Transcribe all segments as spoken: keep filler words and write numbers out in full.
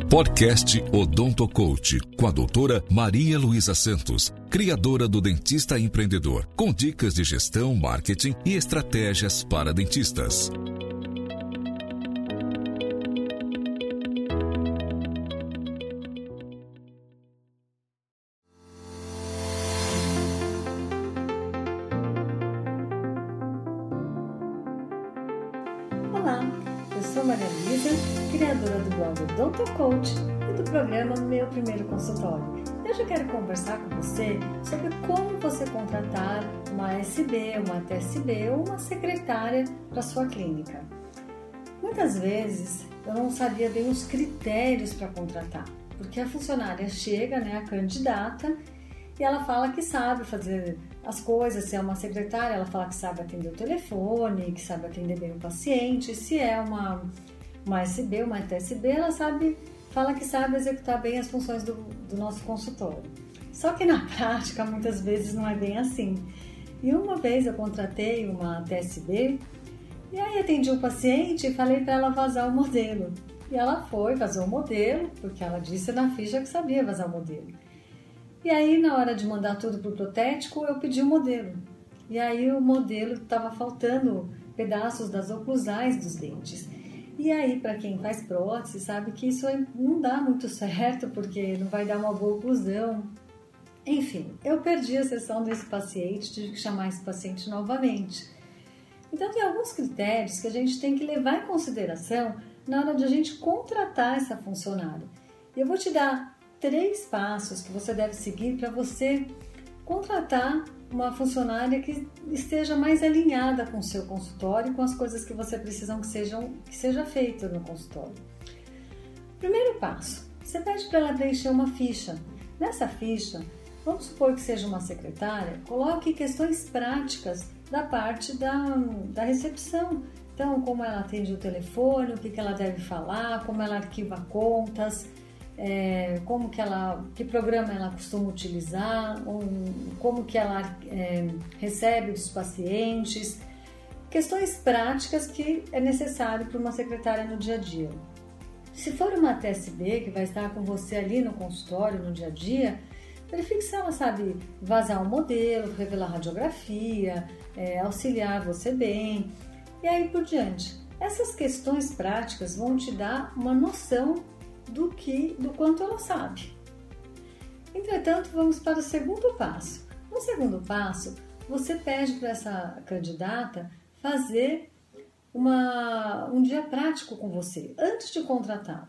Podcast Odonto Coach, com a doutora Maria Luísa Santos, criadora do Dentista Empreendedor, com dicas de gestão, marketing e estratégias para dentistas. Olá, eu sou Maria Luísa, criadora do blog Odonto Coach e do programa Meu Primeiro Consultório. Hoje eu quero conversar com você sobre como você contratar uma A S B, uma T S B ou uma secretária para sua clínica. Muitas vezes eu não sabia bem os critérios para contratar, porque a funcionária chega, né, a candidata, e ela fala que sabe fazer as coisas. Se é uma secretária, ela fala que sabe atender o telefone, que sabe atender bem o paciente. Se é uma, uma A S B, uma T S B, ela sabe, fala que sabe executar bem as funções do, do nosso consultório. Só que na prática, muitas vezes não é bem assim. E uma vez eu contratei uma T S B, e aí atendi o paciente e falei para ela vazar o modelo. E ela foi, vazou o modelo, porque ela disse na ficha que sabia vazar o modelo. E aí, na hora de mandar tudo para o protético, eu pedi o modelo. E aí, o modelo estava faltando pedaços das oclusais dos dentes. E aí, para quem faz prótese, sabe que isso não dá muito certo, porque não vai dar uma boa oclusão. Enfim, eu perdi a sessão desse paciente, tive que chamar esse paciente novamente. Então, tem alguns critérios que a gente tem que levar em consideração na hora de a gente contratar essa funcionária. E eu vou te dar três passos que você deve seguir para você contratar uma funcionária que esteja mais alinhada com o seu consultório e com as coisas que você precisa que, sejam, que seja feito no consultório. Primeiro passo, você pede para ela preencher uma ficha. Nessa ficha, vamos supor que seja uma secretária, coloque questões práticas da parte da, da recepção. Então, como ela atende o telefone, o que, que ela deve falar, como ela arquiva contas, É, como que ela, que programa ela costuma utilizar, um, como que ela é, recebe dos pacientes, questões práticas que é necessário para uma secretária no dia a dia. Se for uma T S B que vai estar com você ali no consultório, no dia a dia, verifique se ela sabe vazar um modelo, revelar radiografia, é, auxiliar você bem e aí por diante. Essas questões práticas vão te dar uma noção do que, do quanto ela sabe. Entretanto, vamos para o segundo passo. No segundo passo, você pede para essa candidata fazer uma, um dia prático com você, antes de contratar.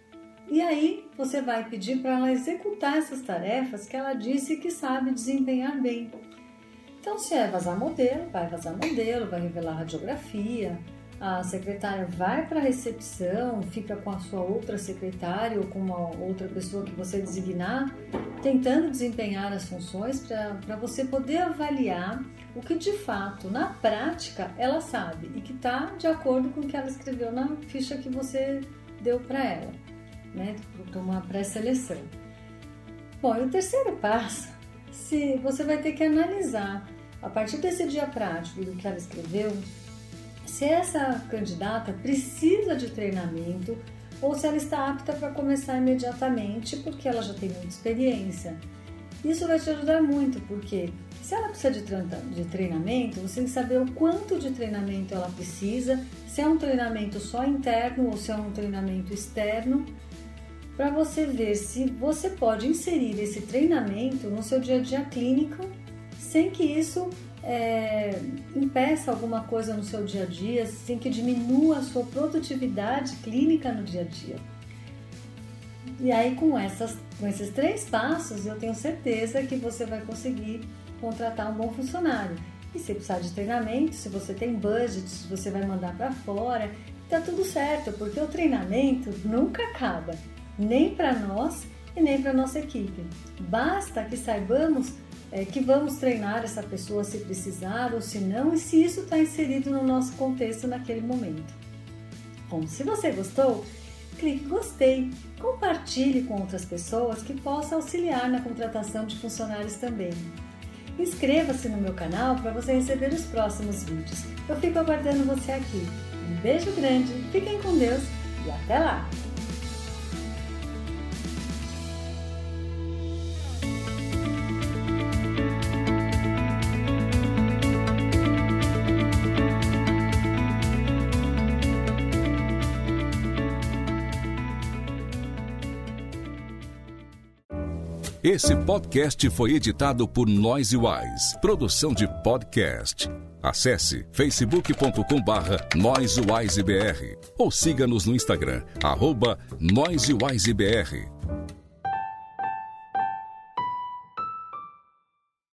E aí, você vai pedir para ela executar essas tarefas que ela disse que sabe desempenhar bem. Então, se é vazar modelo, vai vazar modelo, vai revelar radiografia. A secretária vai para a recepção, fica com a sua outra secretária ou com uma outra pessoa que você designar, tentando desempenhar as funções para você poder avaliar o que de fato, na prática, ela sabe e que está de acordo com o que ela escreveu na ficha que você deu para ela, né, para uma pré-seleção. Bom, e o terceiro passo, se você vai ter que analisar, a partir desse dia prático e do que ela escreveu, se essa candidata precisa de treinamento ou se ela está apta para começar imediatamente porque ela já tem muita experiência. Isso vai te ajudar muito, porque se ela precisa de treinamento, você tem que saber o quanto de treinamento ela precisa, se é um treinamento só interno ou se é um treinamento externo, para você ver se você pode inserir esse treinamento no seu dia a dia clínico sem que isso É, impeça alguma coisa no seu dia a dia, sem que diminua a sua produtividade clínica no dia a dia. E aí com, essas, com esses três passos eu tenho certeza que você vai conseguir contratar um bom funcionário. E se precisar de treinamento, se você tem budget, se você vai mandar para fora, tá tudo certo, porque o treinamento nunca acaba, nem para nós e nem para nossa equipe. Basta que saibamos É, que vamos treinar essa pessoa se precisar ou se não, e se isso está inserido no nosso contexto naquele momento. Bom, se você gostou, clique em gostei, compartilhe com outras pessoas que possam auxiliar na contratação de funcionários também. Inscreva-se no meu canal para você receber os próximos vídeos. Eu fico aguardando você aqui. Um beijo grande, fiquem com Deus e até lá! Esse podcast foi editado por NoiseWise, produção de podcast. Acesse facebook ponto com barra noisewizebr ou siga-nos no Instagram, arroba noisewizebr.